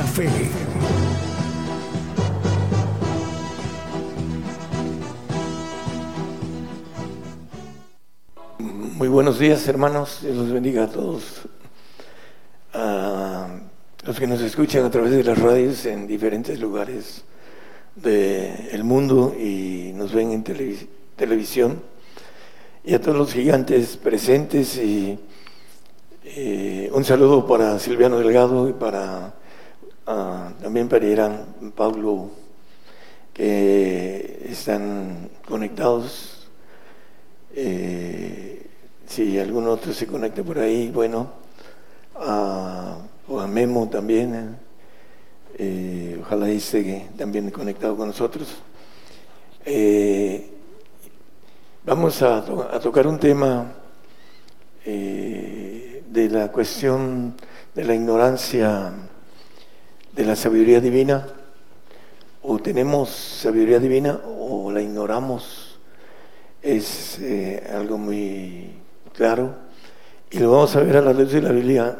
la fe. Muy buenos días, hermanos. Dios los bendiga a todos. A los que nos escuchan a través de las radios en diferentes lugares del mundo y nos ven en televisión. Y a todos los gigantes presentes. Y un saludo para Silviano Delgado y también para Irán, Pablo, que están conectados. Si algún otro se conecta por ahí, bueno, o a Memo también, ojalá esté también conectado con nosotros. Vamos a tocar un tema de la cuestión de la ignorancia de la sabiduría divina. O tenemos sabiduría divina o la ignoramos. Es algo muy claro y lo vamos a ver a la luz de la Biblia.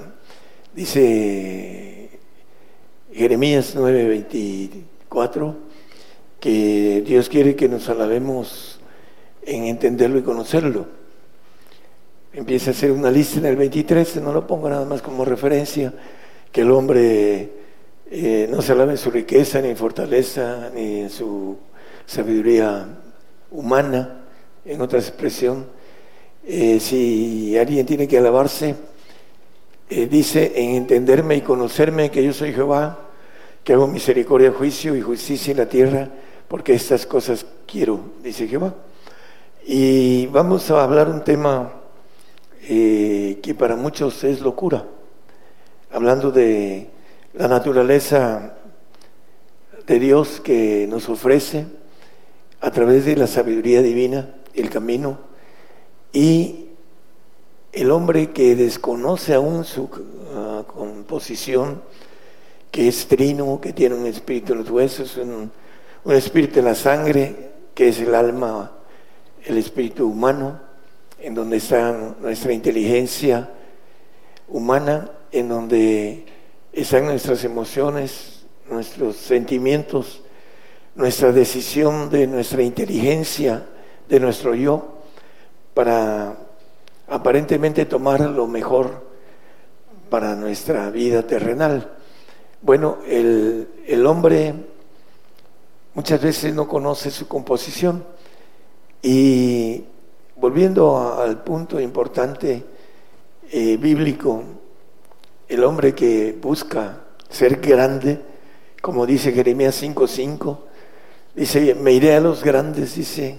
Dice Jeremías 9:24 que Dios quiere que nos alabemos en entenderlo y conocerlo. Empieza a hacer una lista en el 23, no lo pongo nada más como referencia, que el hombre no se alabe en su riqueza, ni en fortaleza, ni en su sabiduría humana. En otra expresión, si alguien tiene que alabarse, dice en entenderme y conocerme que yo soy Jehová, que hago misericordia, juicio y justicia en la tierra, porque estas cosas quiero, dice Jehová. Y vamos a hablar un tema que para muchos es locura, hablando de la naturaleza de Dios que nos ofrece a través de la sabiduría divina, el camino, y el hombre que desconoce aún su composición, que es trino, que tiene un espíritu en los huesos, un espíritu en la sangre, que es el alma, el espíritu humano, en donde está nuestra inteligencia humana, en donde están nuestras emociones, nuestros sentimientos, nuestra decisión de nuestra inteligencia, de nuestro yo, para aparentemente tomar lo mejor para nuestra vida terrenal. Bueno, el hombre muchas veces no conoce su composición. Y volviendo al punto importante bíblico, el hombre que busca ser grande, como dice Jeremías 5:5, dice, me iré a los grandes, dice,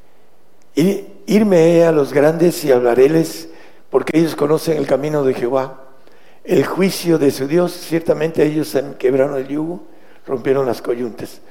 irme a los grandes y hablaréles, porque ellos conocen el camino de Jehová, el juicio de su Dios. Ciertamente ellos quebraron el yugo, rompieron las coyuntas.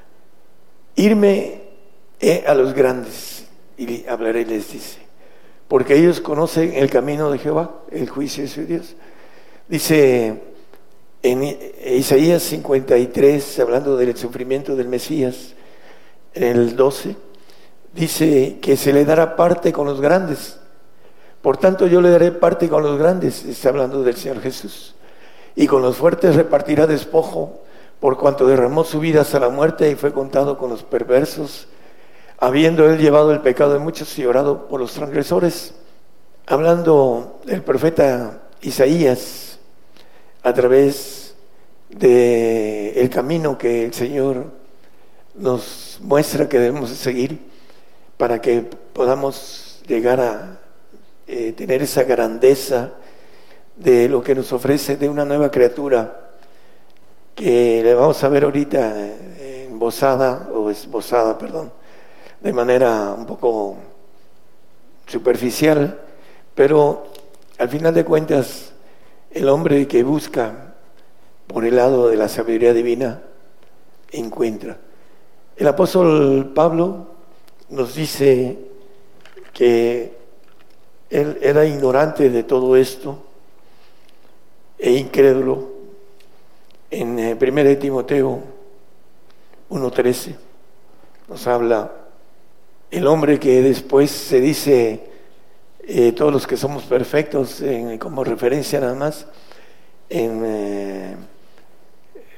Irme a los grandes y hablaréles, dice, porque ellos conocen el camino de Jehová, el juicio de su Dios. Dice en Isaías 53, hablando del sufrimiento del Mesías, en el 12, dice que se le dará parte con los grandes. Por tanto, yo le daré parte con los grandes, está hablando del Señor Jesús. Y con los fuertes repartirá despojo, por cuanto derramó su vida hasta la muerte y fue contado con los perversos, habiendo él llevado el pecado de muchos y orado por los transgresores. Hablando del profeta Isaías, a través del camino que el Señor nos muestra que debemos seguir para que podamos llegar a tener esa grandeza de lo que nos ofrece, de una nueva criatura que le vamos a ver ahorita esbozada, de manera un poco superficial, pero al final de cuentas el hombre que busca por el lado de la sabiduría divina encuentra. El apóstol Pablo nos dice que él era ignorante de todo esto e incrédulo. En 1 Timoteo 1:13 nos habla el hombre que después se dice todos los que somos perfectos, como referencia nada más, en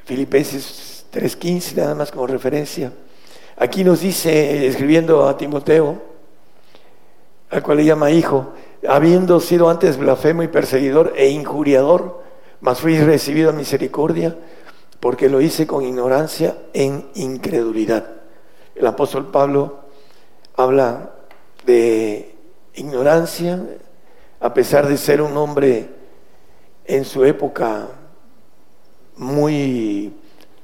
Filipenses 3:15, nada más como referencia. Aquí nos dice, escribiendo a Timoteo, al cual le llama hijo, habiendo sido antes blasfemo y perseguidor e injuriador, mas fui recibido a misericordia, porque lo hice con ignorancia en incredulidad. El apóstol Pablo habla de ignorancia, a pesar de ser un hombre en su época muy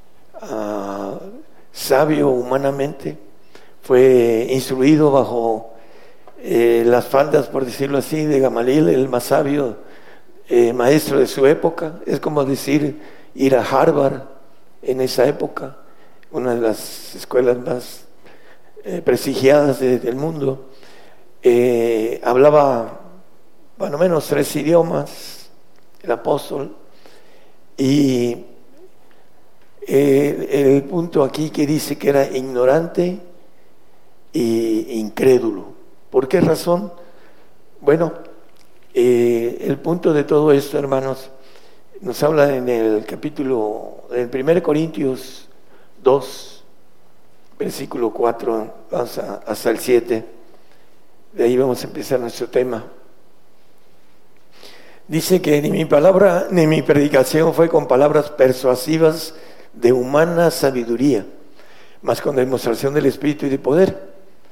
sabio humanamente, fue instruido bajo las faldas, por decirlo así, de Gamaliel, el más sabio maestro de su época. Es como decir ir a Harvard en esa época, una de las escuelas más prestigiadas del mundo. Hablaba bueno menos 3 idiomas el apóstol, y el punto aquí que dice que era ignorante e incrédulo. ¿Por qué razón? Bueno, el punto de todo esto, hermanos, nos habla en el capítulo, en 1 Corintios 2, versículo 4 hasta el 7. De ahí vamos a empezar nuestro tema. Dice que ni mi palabra ni mi predicación fue con palabras persuasivas de humana sabiduría, mas con demostración del Espíritu y de poder,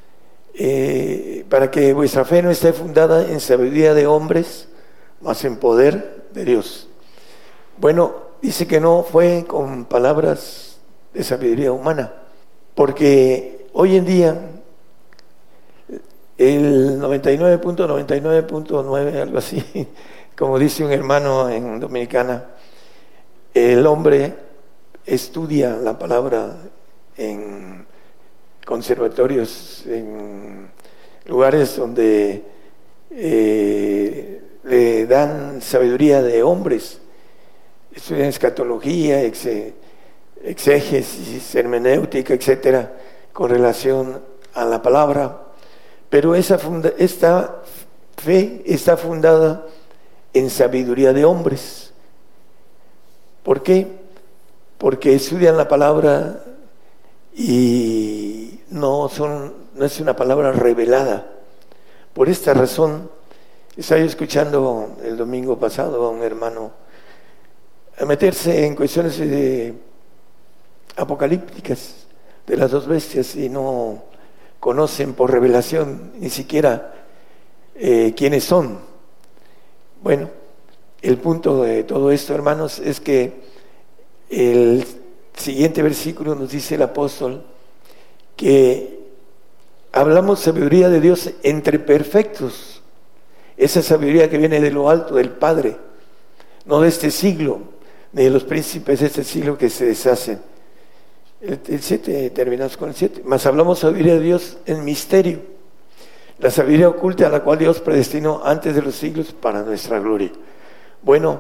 para que vuestra fe no esté fundada en sabiduría de hombres, mas en poder de Dios. Bueno, dice que no fue con palabras de sabiduría humana, porque hoy en día el 99.99.9, algo así, como dice un hermano en Dominicana, el hombre estudia la palabra en conservatorios, en lugares donde le dan sabiduría de hombres, estudian escatología, exégesis, hermenéutica, etcétera, con relación a la palabra. Pero esta fe está fundada en sabiduría de hombres. ¿Por qué? Porque estudian la palabra y no es una palabra revelada. Por esta razón, estaba yo escuchando el domingo pasado a un hermano a meterse en cuestiones apocalípticas de las 2 bestias, y no conocen por revelación ni siquiera quiénes son. Bueno, el punto de todo esto, hermanos, es que el siguiente versículo nos dice el apóstol que hablamos sabiduría de Dios entre perfectos, esa sabiduría que viene de lo alto, del Padre, no de este siglo, ni de los príncipes de este siglo que se deshacen. El 7, terminamos con el 7. Mas hablamos sabiduría de Dios en misterio, la sabiduría oculta a la cual Dios predestinó antes de los siglos para nuestra gloria. Bueno,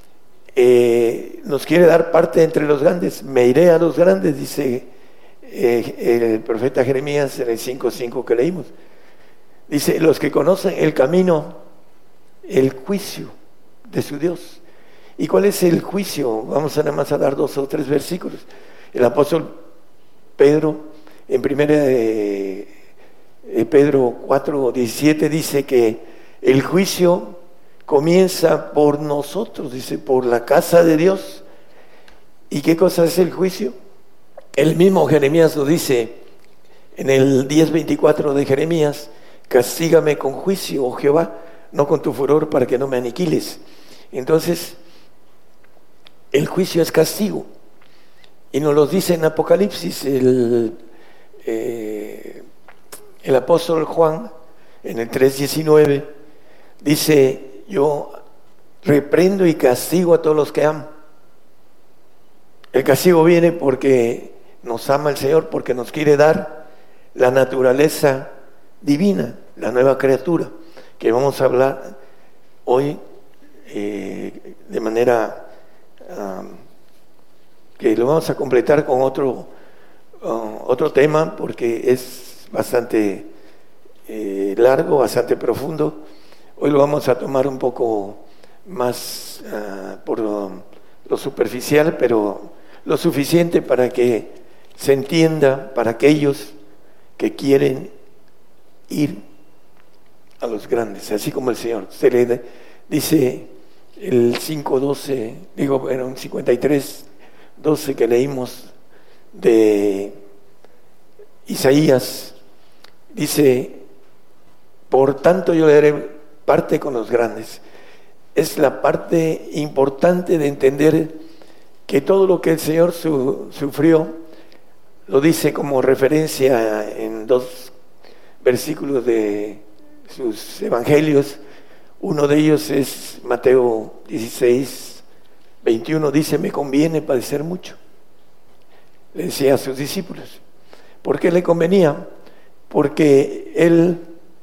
nos quiere dar parte entre los grandes. Me iré a los grandes, dice el profeta Jeremías en el 5:5 que leímos. Dice, los que conocen el camino, el juicio de su Dios. ¿Y cuál es el juicio? Vamos a nada más a dar 2 o 3 versículos. El apóstol Pedro, en 1 Pedro 4:17, dice que el juicio comienza por nosotros, dice, por la casa de Dios. ¿Y qué cosa es el juicio? El mismo Jeremías lo dice en el 10:24 de Jeremías: castígame con juicio, oh Jehová, no con tu furor, para que no me aniquiles. Entonces, el juicio es castigo. Y nos lo dice en Apocalipsis el apóstol Juan, en el 3:19, dice: yo reprendo y castigo a todos los que amo. El castigo viene porque nos ama el Señor, porque nos quiere dar la naturaleza divina, la nueva criatura, que vamos a hablar hoy de manera que lo vamos a completar con otro tema, porque es bastante largo, bastante profundo. Hoy lo vamos a tomar un poco más por lo superficial, pero lo suficiente para que se entienda para aquellos que quieren ir a los grandes, así como el Señor. Se le dice el 5:12, era un 53:12 que leímos de Isaías, dice: por tanto yo le daré parte con los grandes. Es la parte importante de entender que todo lo que el Señor sufrió, lo dice como referencia en 2 versículos de sus evangelios. Uno de ellos es Mateo 16:21, dice: me conviene padecer mucho. Le decía a sus discípulos. ¿Por qué le convenía? Porque Él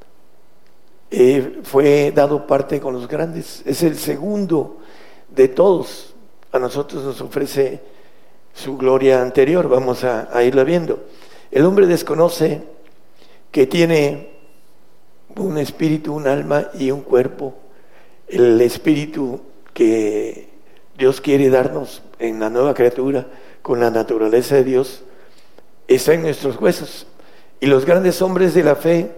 fue dado parte con los grandes. Es el segundo de todos. A nosotros nos ofrece su gloria anterior. Vamos a irla viendo. El hombre desconoce que tiene un espíritu, un alma y un cuerpo. El espíritu que Dios quiere darnos en la nueva criatura, con la naturaleza de Dios, está en nuestros huesos. Y los grandes hombres de la fe,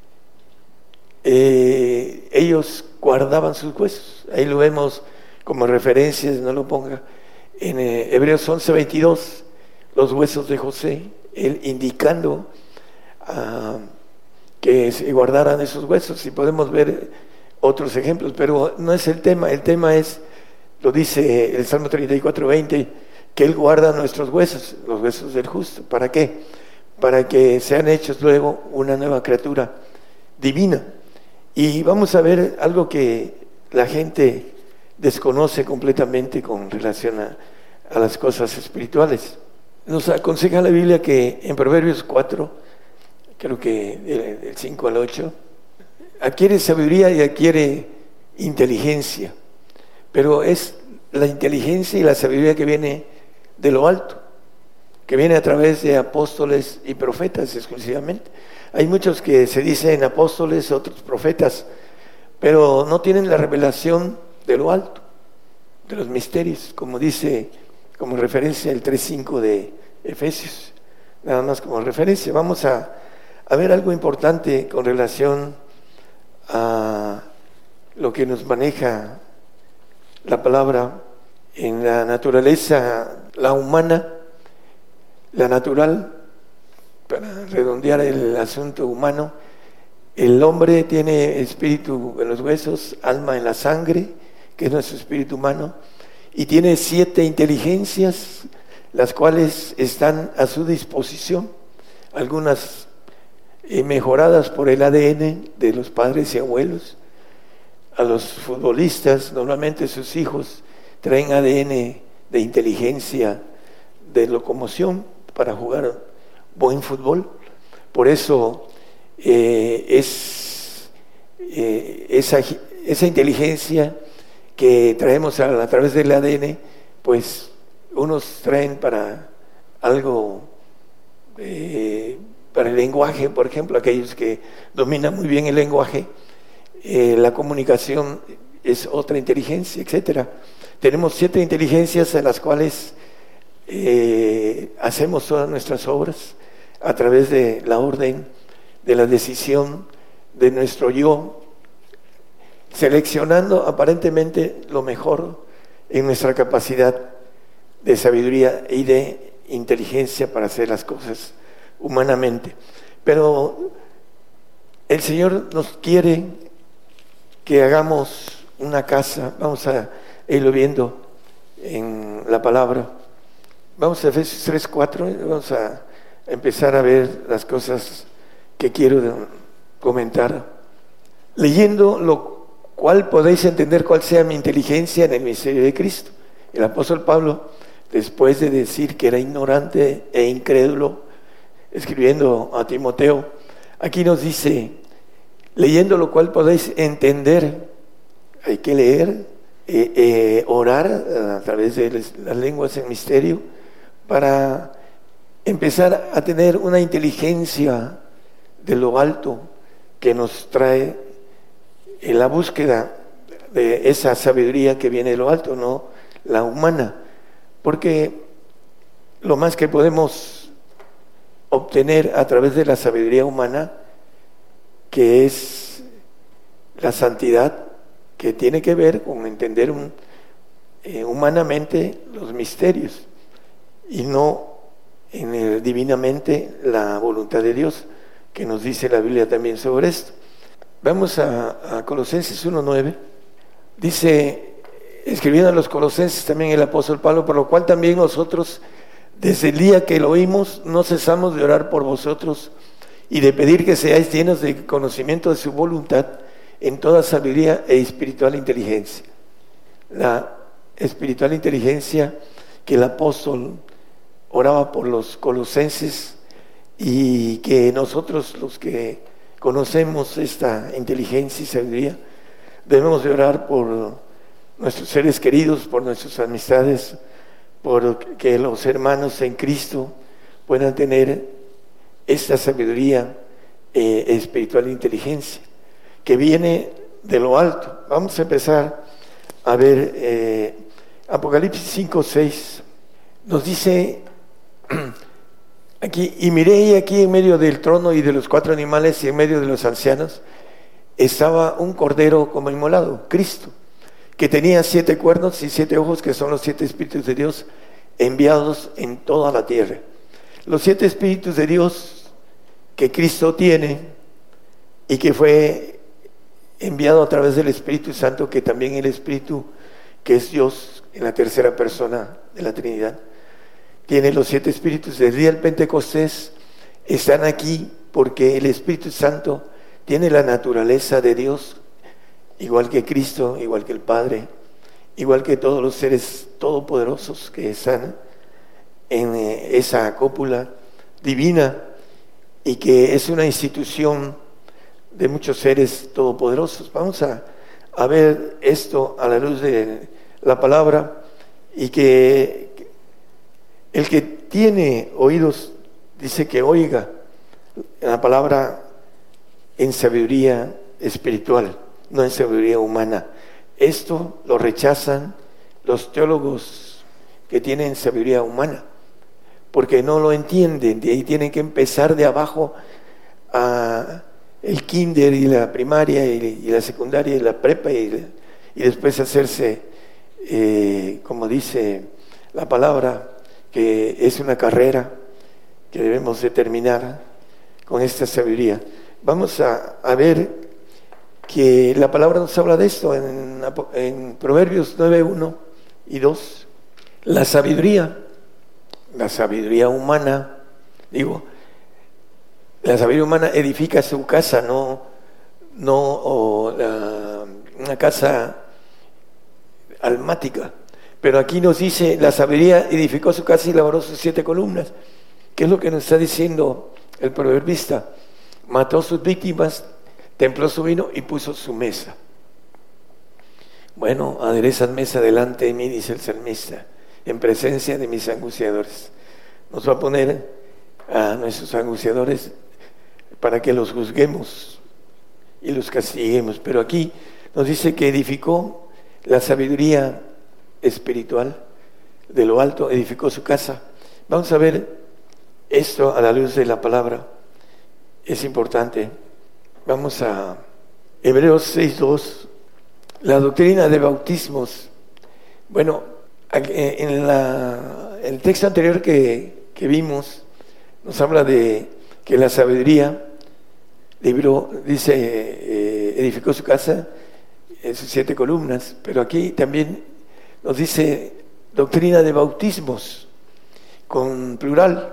ellos guardaban sus huesos. Ahí lo vemos como referencias, no lo ponga, en Hebreos 11:22, los huesos de José, él indicando que se guardaran esos huesos. Y podemos ver otros ejemplos, pero no es el tema. El tema es, lo dice el Salmo 34:20, que Él guarda nuestros huesos, los huesos del justo. ¿Para qué? Para que sean hechos luego una nueva criatura divina. Y vamos a ver algo que la gente desconoce completamente con relación a las cosas espirituales. Nos aconseja la Biblia que en Proverbios 4, creo que del 5 al 8, adquiere sabiduría y adquiere inteligencia, pero es la inteligencia y la sabiduría que viene de lo alto, que viene a través de apóstoles y profetas exclusivamente. Hay muchos que se dicen apóstoles, otros profetas, pero no tienen la revelación de lo alto, de los misterios, como dice como referencia el 3:5 de Efesios, nada más como referencia. Vamos a ver algo importante con relación a lo que nos maneja la palabra en la naturaleza, la humana, la natural. Para redondear el asunto humano, el hombre tiene espíritu en los huesos, alma en la sangre, que es nuestro espíritu humano, y tiene 7 inteligencias, las cuales están a su disposición, algunas mejoradas por el ADN de los padres y abuelos. A los futbolistas, normalmente sus hijos traen ADN de inteligencia, de locomoción para jugar buen fútbol. Por eso esa inteligencia que traemos a través del ADN, pues unos traen para algo, para el lenguaje, por ejemplo, aquellos que dominan muy bien el lenguaje, la comunicación es otra inteligencia, etcétera. Tenemos 7 inteligencias a las cuales hacemos todas nuestras obras a través de la orden, de la decisión de nuestro yo, seleccionando aparentemente lo mejor en nuestra capacidad de sabiduría y de inteligencia para hacer las cosas humanamente. Pero el Señor nos quiere que hagamos una casa. Vamos a irlo viendo en la palabra. Vamos a Efesios 3:4, vamos a empezar a ver las cosas que quiero comentar. Leyendo lo cual podéis entender cuál sea mi inteligencia en el misterio de Cristo. El apóstol Pablo, después de decir que era ignorante e incrédulo, escribiendo a Timoteo, aquí nos dice: leyendo lo cual podéis entender. Hay que leer, orar a través de las lenguas en misterio para empezar a tener una inteligencia de lo alto que nos trae en la búsqueda de esa sabiduría que viene de lo alto, no la humana. Porque lo más que podemos obtener a través de la sabiduría humana, que es la santidad, que tiene que ver con entender humanamente los misterios y no divinamente la voluntad de Dios, que nos dice la Biblia también sobre esto. Vamos a Colosenses 1:9. Dice, escribiendo a los colosenses también el apóstol Pablo: por lo cual también nosotros, desde el día que lo oímos, no cesamos de orar por vosotros y de pedir que seáis llenos de conocimiento de su voluntad en toda sabiduría e espiritual inteligencia. La espiritual inteligencia que el apóstol oraba por los colosenses, y que nosotros, los que conocemos esta inteligencia y sabiduría, debemos de orar por nuestros seres queridos, por nuestras amistades, por que los hermanos en Cristo puedan tener esta sabiduría espiritual e inteligencia que viene de lo alto. Vamos a empezar a ver Apocalipsis 5:6. Nos dice aquí: y miré aquí en medio del trono y de los 4 animales y en medio de los ancianos estaba un cordero como inmolado, Cristo, que tenía 7 cuernos y 7 ojos, que son los 7 espíritus de Dios enviados en toda la tierra. Los 7 espíritus de Dios que Cristo tiene y que fue enviado a través del Espíritu Santo, que también el Espíritu, que es Dios en la tercera persona de la Trinidad, tiene los 7 espíritus. Desde el día del Pentecostés están aquí porque el Espíritu Santo tiene la naturaleza de Dios, igual que Cristo, igual que el Padre, igual que todos los seres todopoderosos que están en esa cúpula divina, y que es una institución de muchos seres todopoderosos. Vamos a ver esto a la luz de la palabra, y que el que tiene oídos, dice que oiga la palabra en sabiduría espiritual, no en sabiduría humana. Esto lo rechazan los teólogos que tienen sabiduría humana, porque no lo entienden. De ahí tienen que empezar de abajo a el kinder y la primaria y la secundaria y la prepa, y después hacerse, como dice la palabra, que es una carrera que debemos de terminar con esta sabiduría. Vamos a ver que la palabra nos habla de esto en Proverbios 9:1 y 2. La sabiduría humana, la sabiduría humana edifica su casa, una casa almática. Pero aquí nos dice: la sabiduría edificó su casa y labró sus 7 columnas. ¿Qué es lo que nos está diciendo el proverbista? Mató sus víctimas, templó su vino y puso su mesa. Bueno, aderezas mesa delante de mí, dice el salmista, en presencia de mis angustiadores. Nos va a poner a nuestros angustiadores para que los juzguemos y los castiguemos. Pero aquí nos dice que edificó la sabiduría espiritual de lo alto, edificó su casa. Vamos a ver esto a la luz de la palabra. Es importante. Vamos a Hebreos 6:2. La doctrina de bautismos. Bueno, en el texto anterior que vimos, nos habla de que la sabiduría edificó su casa en sus 7 columnas, pero aquí también nos dice doctrina de bautismos con plural,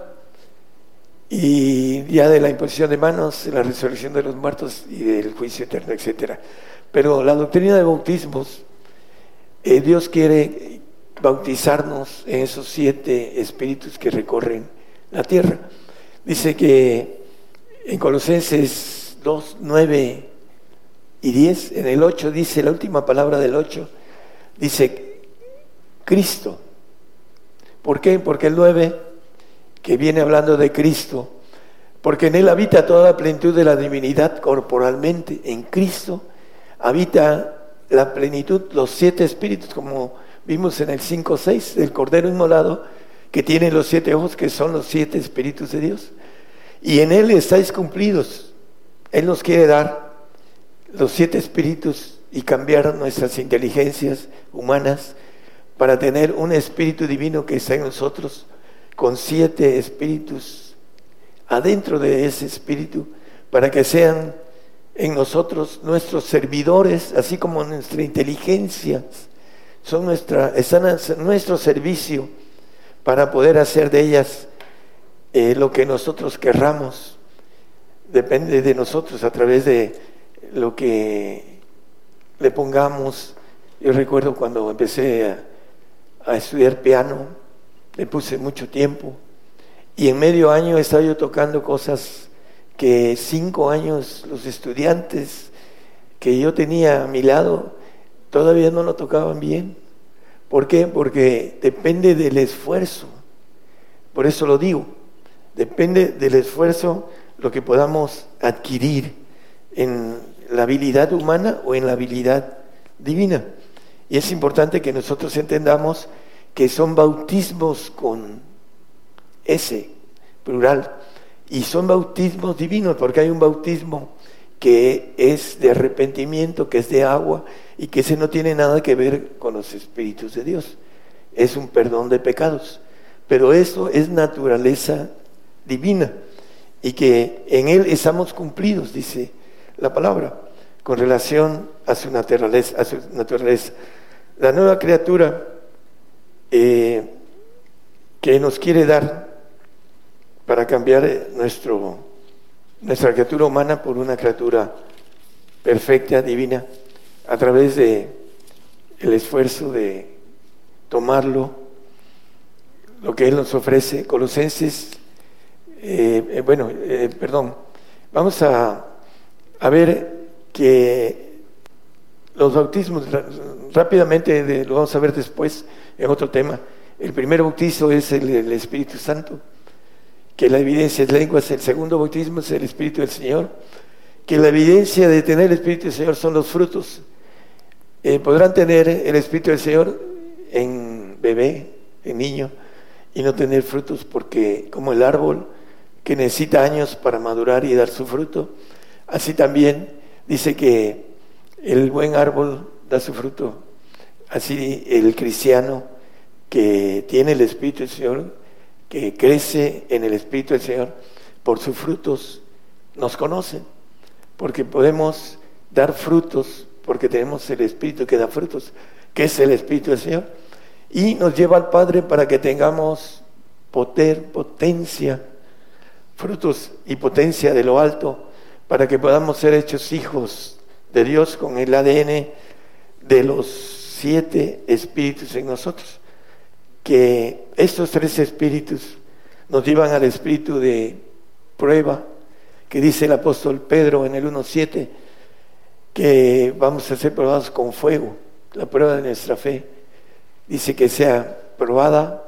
y ya de la imposición de manos, de la resurrección de los muertos y del juicio eterno, etcétera. Pero la doctrina de bautismos, Dios quiere bautizarnos en esos 7 espíritus que recorren la tierra. Dice que en Colosenses 2:9 y 10, en el 8 dice, la última palabra del 8, dice Cristo. ¿Por qué? Porque el 9, que viene hablando de Cristo, porque en Él habita toda la plenitud de la divinidad corporalmente. En Cristo habita la plenitud, los 7 espíritus, como vimos en el 5:6 del Cordero Inmolado, que tiene los 7 ojos, que son los 7 espíritus de Dios. Y en Él estáis cumplidos. Él nos quiere dar los 7 espíritus y cambiar nuestras inteligencias humanas para tener un espíritu divino que está en nosotros, con 7 espíritus adentro de ese espíritu, para que sean en nosotros nuestros servidores, así como nuestra inteligencia están a nuestro servicio para poder hacer de ellas lo que nosotros querramos. Depende de nosotros a través de lo que le pongamos. Yo recuerdo cuando empecé a estudiar piano, le puse mucho tiempo y en medio año estaba yo tocando cosas que 5 años los estudiantes que yo tenía a mi lado todavía no lo tocaban bien. ¿Por qué? Porque depende del esfuerzo. Por eso lo digo, depende del esfuerzo lo que podamos adquirir en la habilidad humana o en la habilidad divina. Y es importante que nosotros entendamos que son bautismos con S, plural, y son bautismos divinos, porque hay un bautismo que es de arrepentimiento, que es de agua, y que ese no tiene nada que ver con los espíritus de Dios. Es un perdón de pecados, pero eso es naturaleza divina, y que en Él estamos cumplidos, dice la palabra, con relación a su naturaleza. La nueva criatura que nos quiere dar para cambiar nuestra criatura humana por una criatura perfecta, divina, a través de el esfuerzo de tomarlo, lo que Él nos ofrece. Colosenses, vamos a ver que los bautismos, rápidamente lo vamos a ver después en otro tema. El primer bautizo es el Espíritu Santo, que la evidencia es lenguas. El segundo bautismo es el Espíritu del Señor, que la evidencia de tener el Espíritu del Señor son los frutos. Podrán tener el Espíritu del Señor en bebé, en niño, y no tener frutos, porque como el árbol que necesita años para madurar y dar su fruto, así también dice que el buen árbol da su fruto. Así el cristiano que tiene el Espíritu del Señor, que crece en el Espíritu del Señor, por sus frutos nos conocen, porque podemos dar frutos, porque tenemos el Espíritu que da frutos, que es el Espíritu del Señor, y nos lleva al Padre para que tengamos potencia, frutos y potencia de lo alto, para que podamos ser hechos hijos de Dios con el ADN de los 7 espíritus en nosotros. Que estos 3 espíritus nos llevan al espíritu de prueba, que dice el apóstol Pedro en el 1:7, que vamos a ser probados con fuego. La prueba de nuestra fe dice que sea probada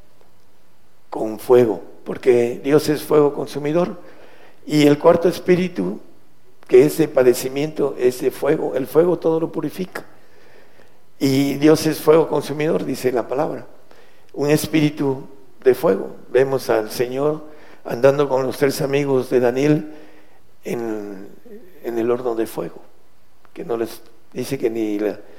con fuego, porque Dios es fuego consumidor. Y el cuarto espíritu, que es de padecimiento, es de fuego. El fuego todo lo purifica, y Dios es fuego consumidor, dice la palabra. Un espíritu de fuego. Vemos al Señor andando con los 3 amigos de Daniel en el horno de fuego, que no les dice que ni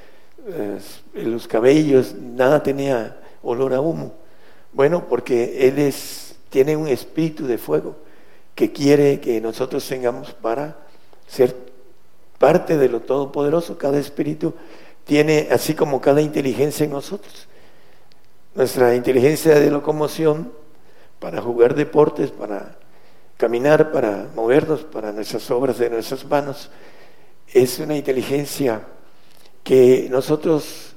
los cabellos, nada tenía olor a humo. Bueno, porque Él tiene un espíritu de fuego que quiere que nosotros tengamos para ser parte de lo todopoderoso. Cada espíritu tiene, así como cada inteligencia en nosotros, nuestra inteligencia de locomoción para jugar deportes, para caminar, para movernos, para nuestras obras de nuestras manos, es una inteligencia que nosotros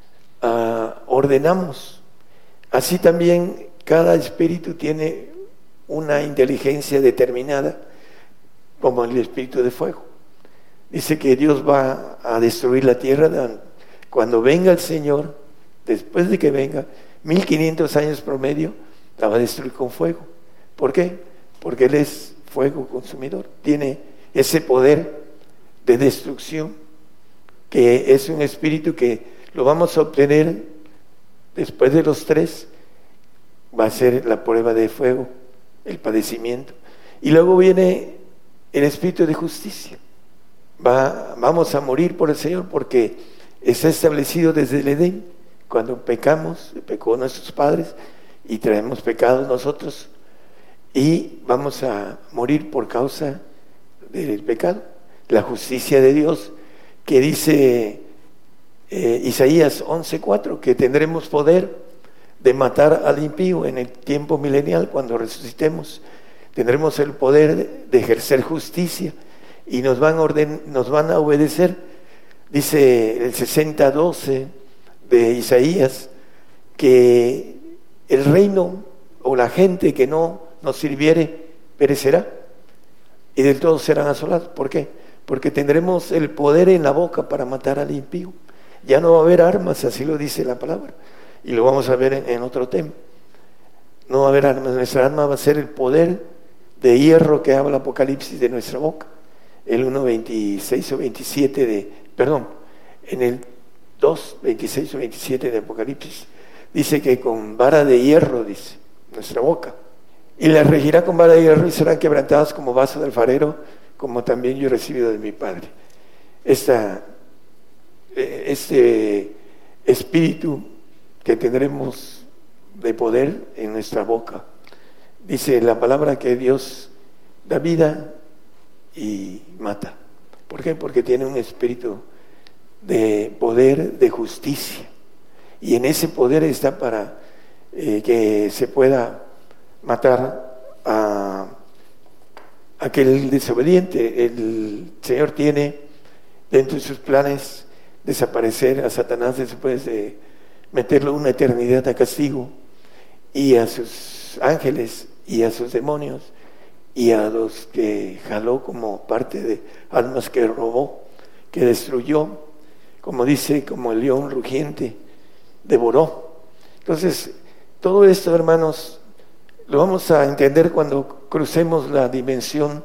ordenamos. Así también cada espíritu tiene una inteligencia determinada, como el espíritu de fuego. Dice que Dios va a destruir la tierra cuando venga el Señor. Después de que venga, 1500 años promedio, la va a destruir con fuego. ¿Por qué? Porque Él es fuego consumidor, tiene ese poder de destrucción, que es un espíritu que lo vamos a obtener después de los 3. va a ser la prueba de fuego, el padecimiento. Y luego viene el espíritu de justicia. Vamos a morir por el Señor porque está establecido desde el Edén. Cuando pecamos, pecó nuestros padres y traemos pecados nosotros, y vamos a morir por causa del pecado. La justicia de Dios, que dice Isaías 11:4, que tendremos poder de matar al impío en el tiempo milenial cuando resucitemos. Tendremos el poder de ejercer justicia y nos van a obedecer. Dice el 60:12 de Isaías que el reino o la gente que no nos sirviere perecerá y del todo serán asolados. ¿Por qué? Porque tendremos el poder en la boca para matar al impío. Ya no va a haber armas, así lo dice la palabra, y lo vamos a ver en otro tema. No va a haber armas, nuestra arma va a ser el poder de hierro que habla Apocalipsis de nuestra boca. El 1:26 o 27 en el 2:26 o 27 de Apocalipsis, dice que con vara de hierro, dice, nuestra boca. Y las regirá con vara de hierro y serán quebrantadas como vaso de alfarero, como también yo he recibido de mi Padre. Este espíritu que tendremos de poder en nuestra boca. Dice la palabra que Dios da vida y mata. ¿Por qué? Porque tiene un espíritu de poder, de justicia. Y en ese poder está para que se pueda matar a aquel desobediente. El Señor tiene dentro de sus planes desaparecer a Satanás después de meterlo una eternidad a castigo, y a sus ángeles y a sus demonios y a los que jaló como parte de almas que robó, que destruyó, como dice, como el león rugiente, devoró. Entonces, todo esto, hermanos, lo vamos a entender cuando crucemos la dimensión,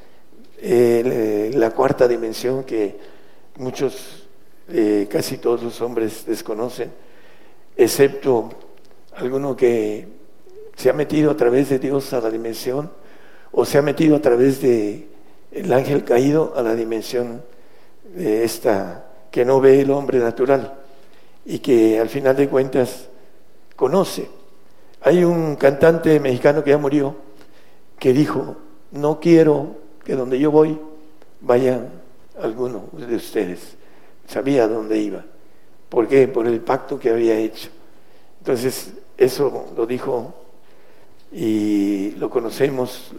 la cuarta dimensión que muchos, casi todos los hombres desconocen, excepto alguno que se ha metido a través de Dios a la dimensión, o se ha metido a través de el ángel caído a la dimensión de esta que no ve el hombre natural y que al final de cuentas conoce. Hay un cantante mexicano que ya murió que dijo: no quiero que donde yo voy vayan alguno de ustedes. Sabía dónde iba. ¿Por qué? Por el pacto que había hecho. Entonces, eso lo dijo y lo conocemos,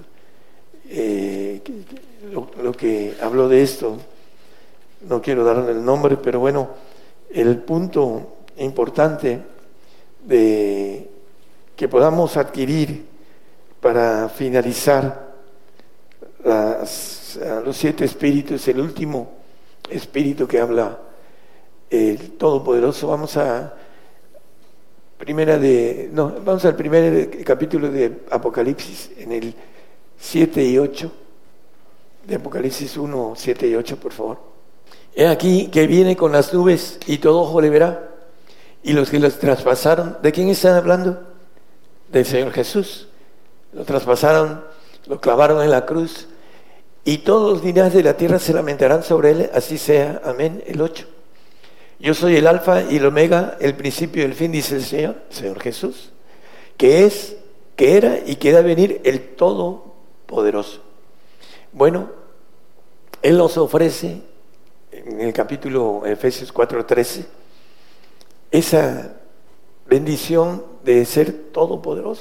lo que habló de esto. No quiero darle el nombre, pero bueno, el punto importante de que podamos adquirir para finalizar los 7 espíritus, el último espíritu que habla el Todopoderoso. Vamos al primer capítulo de Apocalipsis, en el 7 y 8 de Apocalipsis 1, 7 y 8, por favor. He aquí que viene con las nubes y todo ojo le verá, y los que los traspasaron, ¿de quién están hablando? Del Señor Jesús. Lo traspasaron, lo clavaron en la cruz, y todos los linajes de la tierra se lamentarán sobre él, así sea. Amén. El 8. Yo soy el alfa y el omega, el principio y el fin, dice el Señor Jesús, que es, que era y que ha de venir, el Todopoderoso. Bueno, Él nos ofrece en el capítulo Efesios 4:13 esa bendición de ser todopoderoso,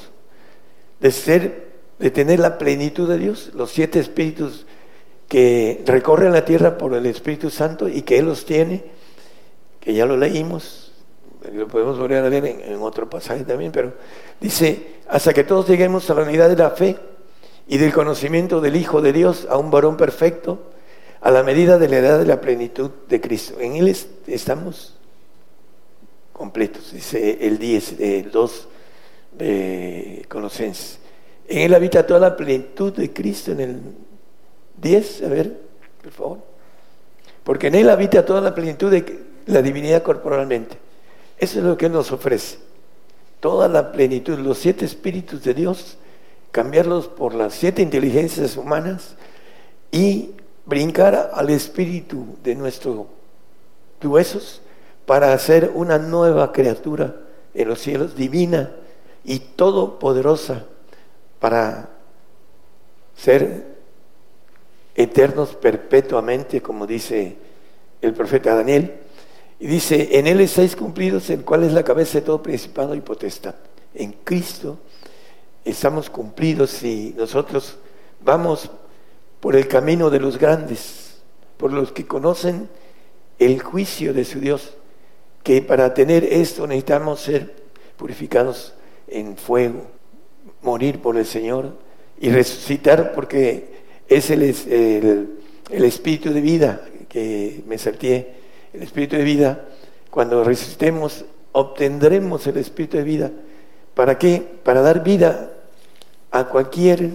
de tener la plenitud de Dios, los 7 espíritus que recorren la tierra por el Espíritu Santo y que Él los tiene, que ya lo leímos, lo podemos volver a leer en otro pasaje también, pero dice: hasta que todos lleguemos a la unidad de la fe y del conocimiento del Hijo de Dios, a un varón perfecto, a la medida de la edad de la plenitud de Cristo. En Él estamos completos, dice el 2 de Colosenses. En Él habita toda la plenitud de Cristo. En el 10, a ver, por favor. Porque en Él habita toda la plenitud de la divinidad corporalmente. Eso es lo que Él nos ofrece. toda la plenitud, los 7 espíritus de Dios, cambiarlos por las 7 inteligencias humanas y brincar al espíritu de nuestros huesos para hacer una nueva criatura en los cielos, divina y todopoderosa, para ser eternos perpetuamente, como dice el profeta Daniel. Y dice: en Él estáis cumplidos, el cual es la cabeza de todo principado y potestad. En Cristo estamos cumplidos y nosotros vamos por el camino de los grandes, por los que conocen el juicio de su Dios, que para tener esto necesitamos ser purificados en fuego, morir por el Señor y resucitar, porque es el espíritu de vida que me salté. El espíritu de vida, cuando resucitemos, obtendremos el espíritu de vida. ¿Para qué? Para dar vida a cualquier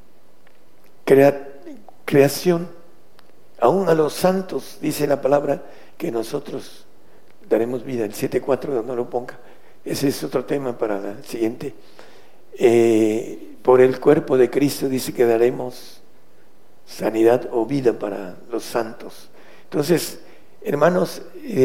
creación, aún a los santos, dice la palabra, que nosotros daremos vida. El 7:4, no lo ponga, ese es otro tema para la siguiente. Por el cuerpo de Cristo dice que daremos sanidad o vida para los santos. Entonces, hermanos,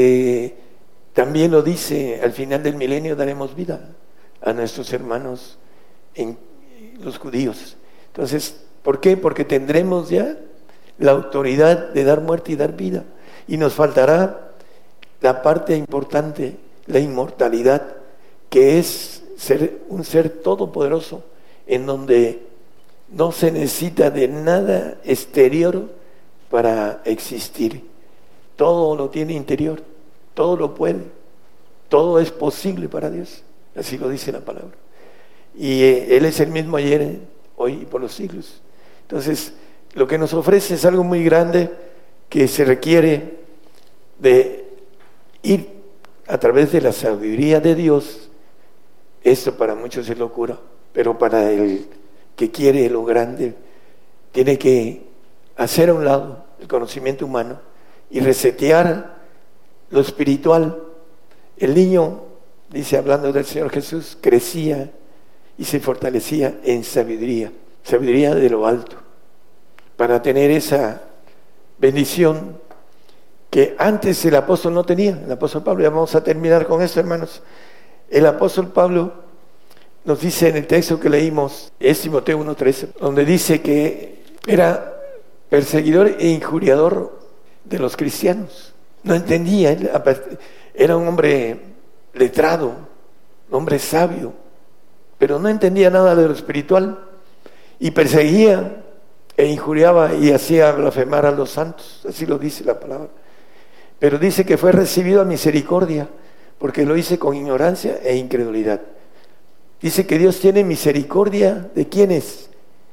también lo dice: al final del milenio daremos vida a nuestros hermanos en los judíos. Entonces, ¿por qué? Porque tendremos ya la autoridad de dar muerte y dar vida, y nos faltará la parte importante, la inmortalidad, que es ser un ser todopoderoso, en donde no se necesita de nada exterior para existir. Todo lo tiene interior, todo lo puede, todo es posible para Dios, así lo dice la palabra. Y Él es el mismo ayer, hoy y por los siglos. Entonces, lo que nos ofrece es algo muy grande, que se requiere de ir a través de la sabiduría de Dios. Esto para muchos es locura, pero para el que quiere lo grande, tiene que hacer a un lado el conocimiento humano y resetear lo espiritual. El niño, dice, hablando del Señor Jesús, crecía y se fortalecía en sabiduría de lo alto, para tener esa bendición que antes el apóstol no tenía. El apóstol Pablo, ya vamos a terminar con esto, hermanos. El apóstol Pablo nos dice en el texto que leímos, es Timoteo 1:13, donde dice que era perseguidor e injuriador de los cristianos. No entendía, él era un hombre letrado, un hombre sabio, pero no entendía nada de lo espiritual, y perseguía e injuriaba y hacía blasfemar a los santos, así lo dice la palabra. Pero dice que fue recibido a misericordia, porque lo hice con ignorancia e incredulidad. Dice que Dios tiene misericordia ¿de quiénes?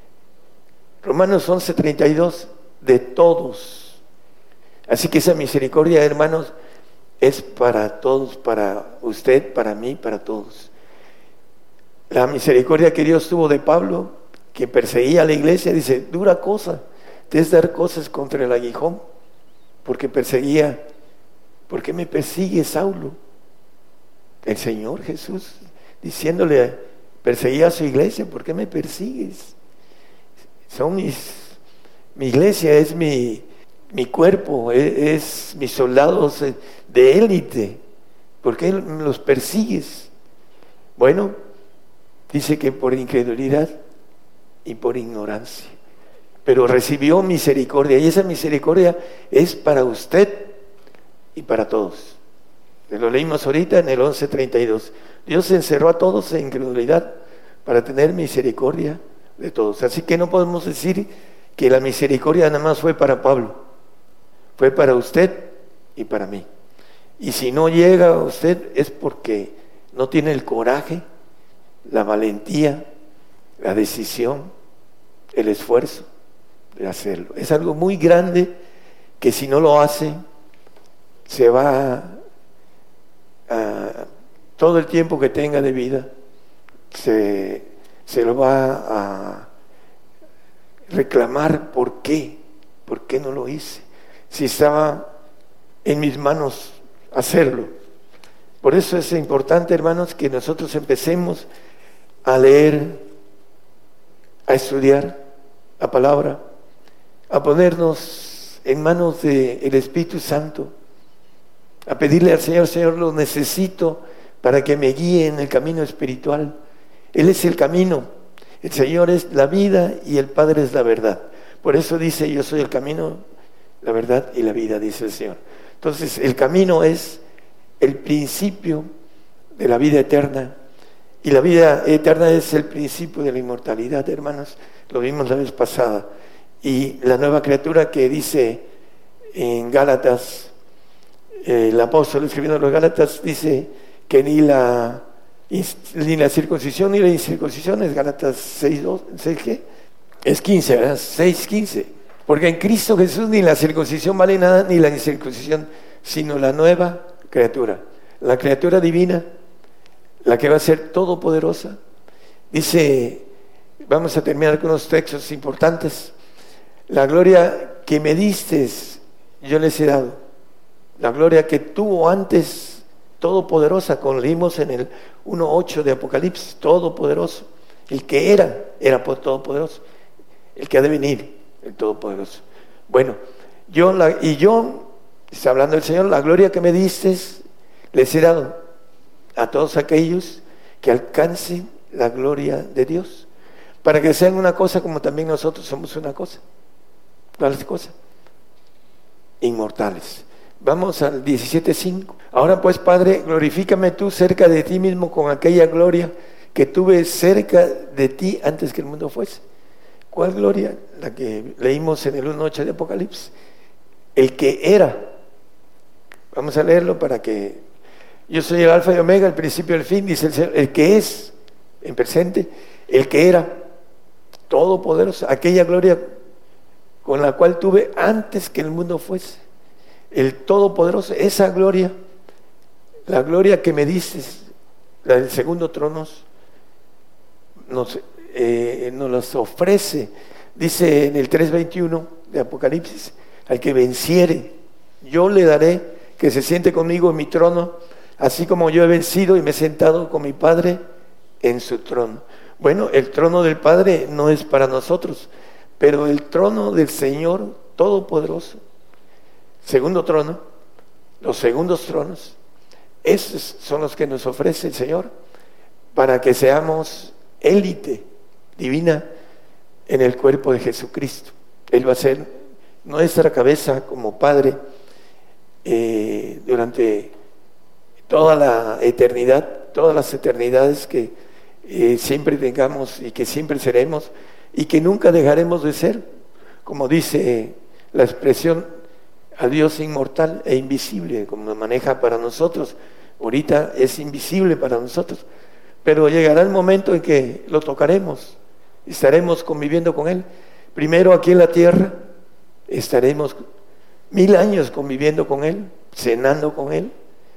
Romanos 11:32, de todos. Así que esa misericordia, hermanos, es para todos, para usted, para mí, para todos. La misericordia que Dios tuvo de Pablo, que perseguía a la iglesia, dice: dura cosa te es dar cosas contra el aguijón, porque perseguía. ¿Por qué me persigue, Saulo? El Señor Jesús diciéndole, perseguía a su iglesia: ¿por qué me persigues? Mi iglesia es mi cuerpo, es mis soldados de élite. ¿Por qué los persigues? Bueno, dice que por incredulidad y por ignorancia, pero recibió misericordia, y esa misericordia es para usted y para todos. Lo leímos ahorita en el 11:32. Dios encerró a todos en incredulidad para tener misericordia de todos. Así que no podemos decir que la misericordia nada más fue para Pablo, fue para usted y para mí. Y si no llega a usted es porque no tiene el coraje, la valentía, la decisión, el esfuerzo de hacerlo. Es algo muy grande que si no lo hace, se va a todo el tiempo que tenga de vida, se lo va a reclamar. ¿Por qué? ¿Por qué no lo hice? Si estaba en mis manos hacerlo. Por eso es importante, hermanos, que nosotros empecemos a leer, a estudiar la palabra, a ponernos en manos del Espíritu Santo, a pedirle al Señor: Señor, lo necesito para que me guíe en el camino espiritual. Él es el camino, el Señor es la vida y el Padre es la verdad. Por eso dice: yo soy el camino, la verdad y la vida, dice el Señor. Entonces, el camino es el principio de la vida eterna, y la vida eterna es el principio de la inmortalidad, hermanos. Lo vimos la vez pasada. Y la nueva criatura que dice en Gálatas, el apóstol escribiendo a los Gálatas dice que ni la circuncisión ni la incircuncisión, es Gálatas 6:2, 6 ¿qué? Es 15, ¿verdad? 6:15. Porque en Cristo Jesús ni la circuncisión vale nada, ni la incircuncisión, sino la nueva criatura, la criatura divina, la que va a ser todopoderosa. Dice, vamos a terminar con unos textos importantes: la gloria que me diste, yo les he dado. La gloria que tuvo antes, todopoderosa, como leímos en el 1:8 de Apocalipsis, todopoderoso. El que era todopoderoso. El que ha de venir, el todopoderoso. Bueno, yo, está hablando el Señor: la gloria que me diste, les he dado a todos aquellos que alcancen la gloria de Dios, para que sean una cosa como también nosotros somos una cosa. ¿Cuál es cosa? Inmortales. Vamos al 17:5. Ahora pues, Padre, glorifícame tú cerca de ti mismo con aquella gloria que tuve cerca de ti antes que el mundo fuese. ¿Cuál gloria? La que leímos en el 1:8 de Apocalipsis. El que era. Vamos a leerlo para que... Yo soy el alfa y omega, el principio y el fin, dice el Señor. El que es, en presente, el que era, todopoderoso, aquella gloria con la cual tuve antes que el mundo fuese. El todopoderoso, esa gloria, la gloria que me dices, la del segundo trono, nos las ofrece. Dice en el 3:21 de Apocalipsis: al que venciere, yo le daré que se siente conmigo en mi trono, así como yo he vencido y me he sentado con mi Padre en su trono. Bueno, el trono del Padre no es para nosotros, pero el trono del Señor Todopoderoso, segundo trono, los segundos tronos, esos son los que nos ofrece el Señor para que seamos élite divina en el cuerpo de Jesucristo. Él va a ser nuestra cabeza como Padre durante toda la eternidad, todas las eternidades que siempre tengamos y que siempre seremos y que nunca dejaremos de ser, como dice la expresión: a Dios inmortal e invisible, como maneja para nosotros. Ahorita es invisible para nosotros, pero llegará el momento en que lo tocaremos, estaremos conviviendo con Él. Primero aquí en la tierra estaremos 1000 años conviviendo con Él, cenando con Él,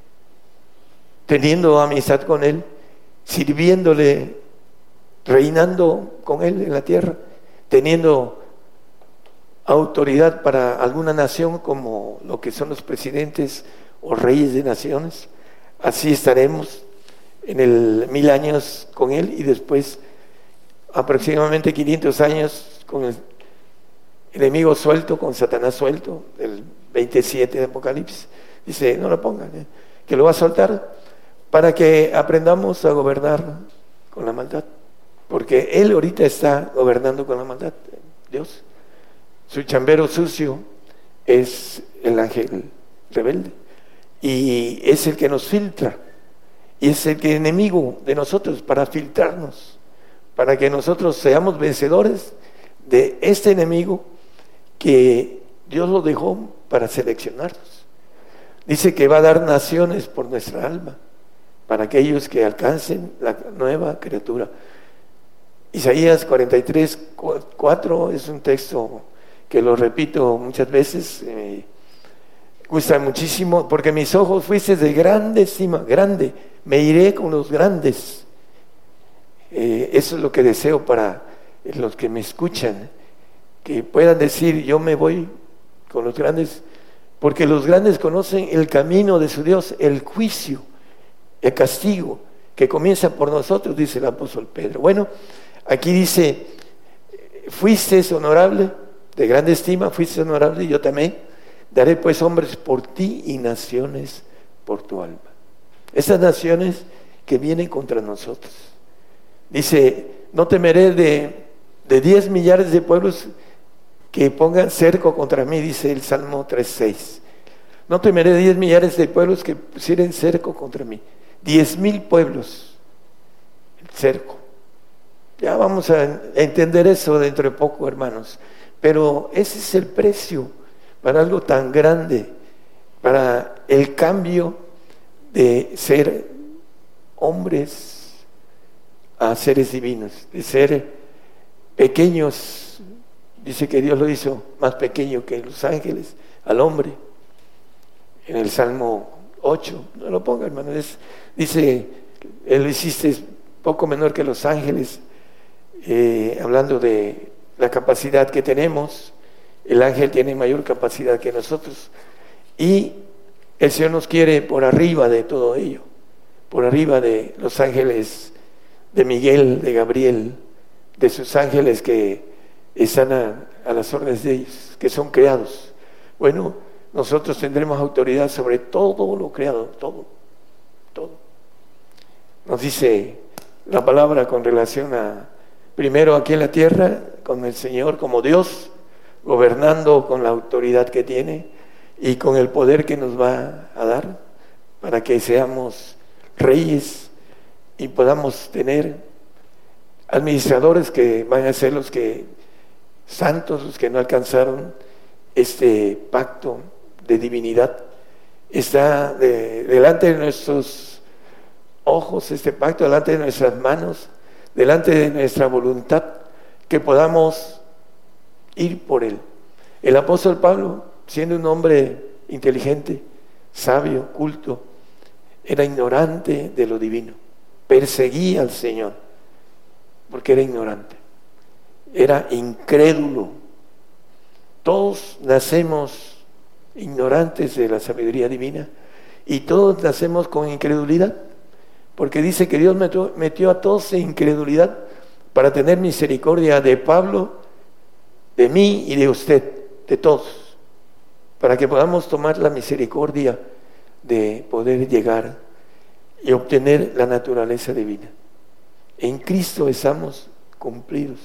teniendo amistad con Él, sirviéndole, reinando con Él en la tierra, teniendo autoridad para alguna nación como lo que son los presidentes o reyes de naciones. Así estaremos en el 1000 años con Él, y después aproximadamente 500 años con el enemigo suelto, con Satanás suelto, el 27 de Apocalipsis. Dice, no lo pongan, que lo va a soltar para que aprendamos a gobernar con la maldad, porque Él ahorita está gobernando con la maldad, Dios. Su chambero sucio es el ángel rebelde, y es el que nos filtra, y es el que es enemigo de nosotros para filtrarnos, para que nosotros seamos vencedores de este enemigo que Dios lo dejó para seleccionarnos. Dice que va a dar naciones por nuestra alma, para aquellos que alcancen la nueva criatura. Isaías 43:4 es un texto que lo repito muchas veces, gusta muchísimo, porque mis ojos fuiste de grande estima, grande, me iré con los grandes. Eso es lo que deseo para los que me escuchan, que puedan decir, yo me voy con los grandes, porque los grandes conocen el camino de su Dios, el juicio el castigo que comienza por nosotros, dice el apóstol Pedro. Bueno, aquí dice, fuiste honorable, de grande estima, fuiste honorable, y yo también daré pues hombres por ti y naciones por tu alma. Esas naciones que vienen contra nosotros. Dice, no temeré de 10 millares de pueblos que pongan cerco contra mí, dice el Salmo 3:6. No temeré 10 millares de pueblos que pusieren cerco contra mí. 10,000 pueblos, el cerco. Ya vamos a entender eso dentro de poco, hermanos. Pero ese es el precio para algo tan grande, para el cambio de ser hombres a seres divinos, de ser pequeños. Dice que Dios lo hizo más pequeño que los ángeles, al hombre. En el Salmo 8, no lo ponga, hermano, dice, Él lo hiciste poco menor que los ángeles, hablando de la capacidad que tenemos. El ángel tiene mayor capacidad que nosotros, y el Señor nos quiere por arriba de todo ello, por arriba de los ángeles de Miguel, de Gabriel, de sus ángeles que están a las órdenes de ellos, que son creados. Bueno, nosotros tendremos autoridad sobre todo lo creado, todo. Nos dice la palabra con relación a, primero aquí en la tierra, con el Señor como Dios, gobernando con la autoridad que tiene y con el poder que nos va a dar para que seamos reyes y podamos tener administradores que van a ser los que santos, los que no alcanzaron este pacto de divinidad. Está delante de nuestros ojos este pacto, delante de nuestras manos, delante de nuestra voluntad, que podamos ir por él. El apóstol Pablo, siendo un hombre inteligente, sabio, culto, era ignorante de lo divino, perseguía al Señor porque era ignorante, era incrédulo. Todos nacemos ignorantes de la sabiduría divina y todos nacemos con incredulidad, porque dice que Dios metió a todos en incredulidad para tener misericordia de Pablo, de mí y de usted, de todos, para que podamos tomar la misericordia de poder llegar y obtener la naturaleza divina. En Cristo estamos cumplidos.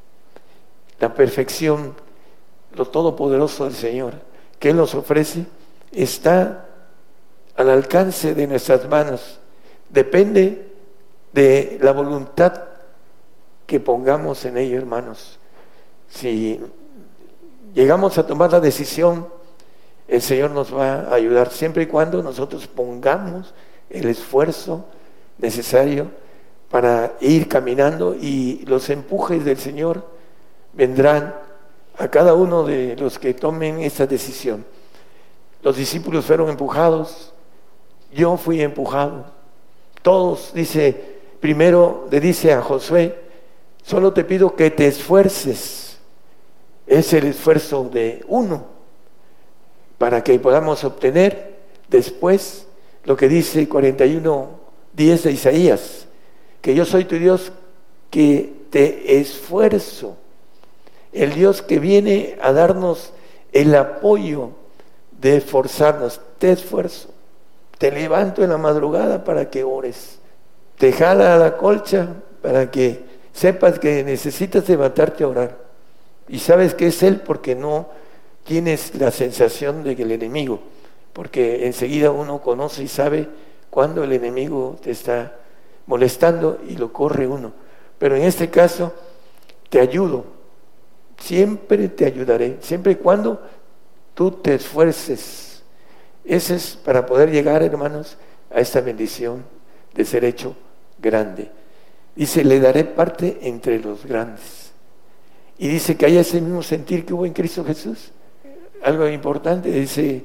La perfección, lo todopoderoso del Señor que Él nos ofrece está al alcance de nuestras manos. Depende de la voluntad que pongamos en ello, hermanos. Si llegamos a tomar la decisión, el Señor nos va a ayudar siempre y cuando nosotros pongamos el esfuerzo necesario para ir caminando, y los empujes del Señor vendrán a cada uno de los que tomen esta decisión. Los discípulos fueron empujados, yo fui empujado. Todos, dice, primero le dice a Josué, solo te pido que te esfuerces. Es el esfuerzo de uno para que podamos obtener después lo que dice 41:10 de Isaías, que yo soy tu Dios que te esfuerzo, el Dios que viene a darnos el apoyo de esforzarnos. Te esfuerzo, te levanto en la madrugada para que ores, te jala a la colcha para que sepas que necesitas levantarte a orar, y sabes que es Él porque no tienes la sensación de que el enemigo, porque enseguida uno conoce y sabe cuando el enemigo te está molestando y lo corre uno. Pero en este caso te ayudo, siempre te ayudaré, siempre y cuando tú te esfuerces. Ese es para poder llegar, hermanos, a esta bendición de ser hecho grande. Dice, le daré parte entre los grandes. Y dice que hay ese mismo sentir que hubo en Cristo Jesús. Algo importante, dice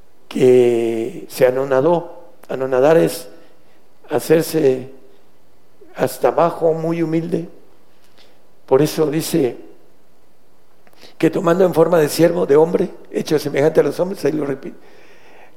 que se anonadó. Anonadar es hacerse hasta abajo, muy humilde. Por eso dice que tomando en forma de siervo, de hombre, hecho semejante a los hombres, ahí lo repite,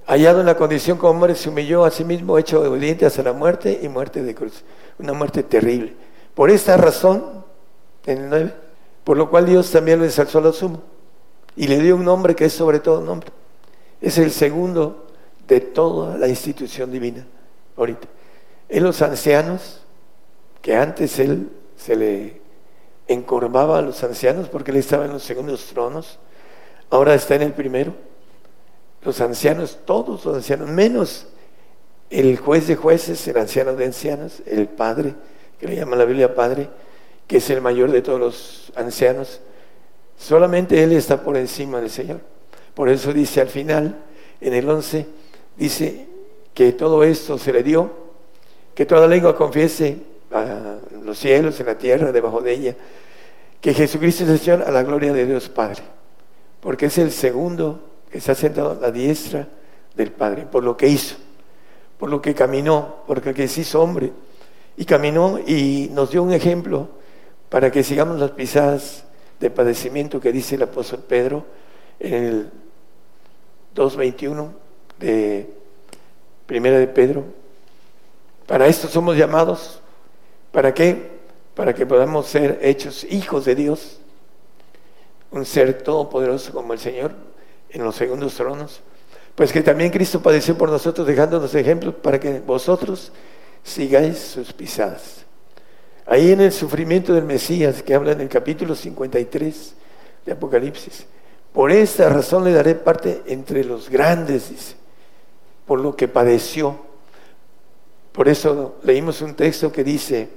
hallado en la condición como hombre, se humilló a sí mismo, hecho obediente hasta la muerte y muerte de cruz. Una muerte terrible. Por esta razón, en el 9, por lo cual Dios también lo ensalzó a lo sumo y le dio un nombre que es sobre todo nombre. Es el segundo de toda la institución divina ahorita. En los ancianos, que antes él se le encorvaba a los ancianos porque él estaba en los segundos tronos, ahora está en el primero. Los ancianos, todos los ancianos, menos el juez de jueces, el anciano de ancianos, el padre, que le llama la Biblia padre, que es el mayor de todos los ancianos, solamente él está por encima del Señor. Por eso dice al final, en el 11, dice que todo esto se le dio, que toda lengua confiese a los cielos, en la tierra, debajo de ella, que Jesucristo es el Señor, a la gloria de Dios Padre, porque es el segundo que está sentado a la diestra del Padre, por lo que hizo, por lo que caminó, porque que se hizo hombre, y caminó y nos dio un ejemplo para que sigamos las pisadas de padecimiento que dice el apóstol Pedro en el 2:21 de Primera de Pedro. Para esto somos llamados. ¿Para qué? Para que podamos ser hechos hijos de Dios, un ser todopoderoso como el Señor en los segundos tronos. Pues que también Cristo padeció por nosotros, dejándonos ejemplos para que vosotros sigáis sus pisadas. Ahí en el sufrimiento del Mesías, que habla en el capítulo 53 de Apocalipsis, por esta razón le daré parte entre los grandes, dice, por lo que padeció. Por eso leímos un texto que dice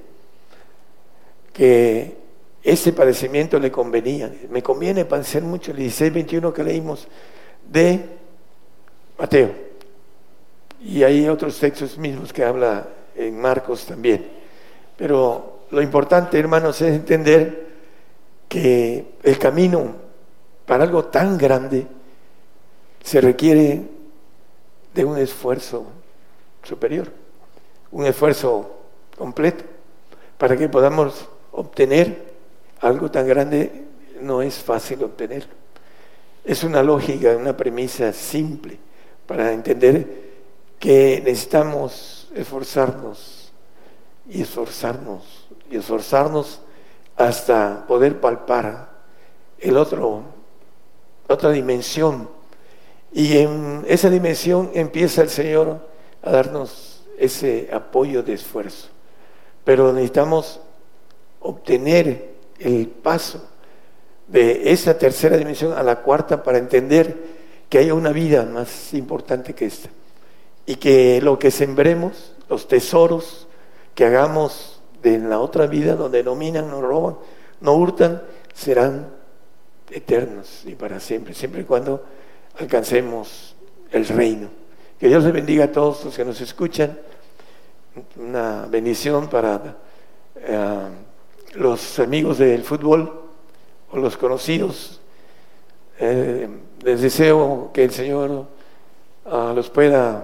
que ese padecimiento le convenía. Me conviene padecer mucho, el 16:21 que leímos de Mateo. Y hay otros textos mismos que habla en Marcos también. Pero lo importante, hermanos, es entender que el camino para algo tan grande se requiere de un esfuerzo superior, un esfuerzo completo. Para que podamos obtener algo tan grande, no es fácil obtenerlo. Es una lógica, una premisa simple para entender que necesitamos esforzarnos y esforzarnos y esforzarnos hasta poder palpar otra dimensión. Y en esa dimensión empieza el Señor a darnos ese apoyo de esfuerzo. Pero necesitamos obtener el paso de esa tercera dimensión a la cuarta para entender que hay una vida más importante que esta. Y que lo que sembremos, los tesoros que hagamos de la otra vida, donde no minan, no roban, no hurtan, serán eternos y para siempre, siempre y cuando alcancemos el reino. Que Dios les bendiga a todos los que nos escuchan. Una bendición para los amigos del fútbol o los conocidos. Les deseo que el Señor los pueda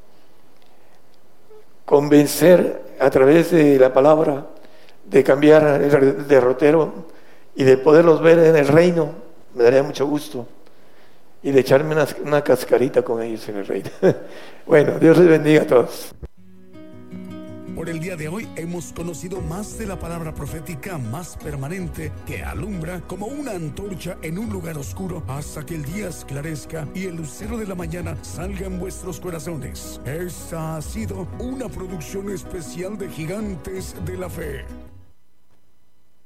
convencer a través de la palabra de cambiar el derrotero y de poderlos ver en el reino. Me daría mucho gusto, y de echarme una cascarita con ellos en el reino. Bueno, Dios les bendiga a todos. Por el día de hoy hemos conocido más de la palabra profética más permanente que alumbra como una antorcha en un lugar oscuro hasta que el día esclarezca y el lucero de la mañana salga en vuestros corazones. Esta ha sido una producción especial de Gigantes de la Fe.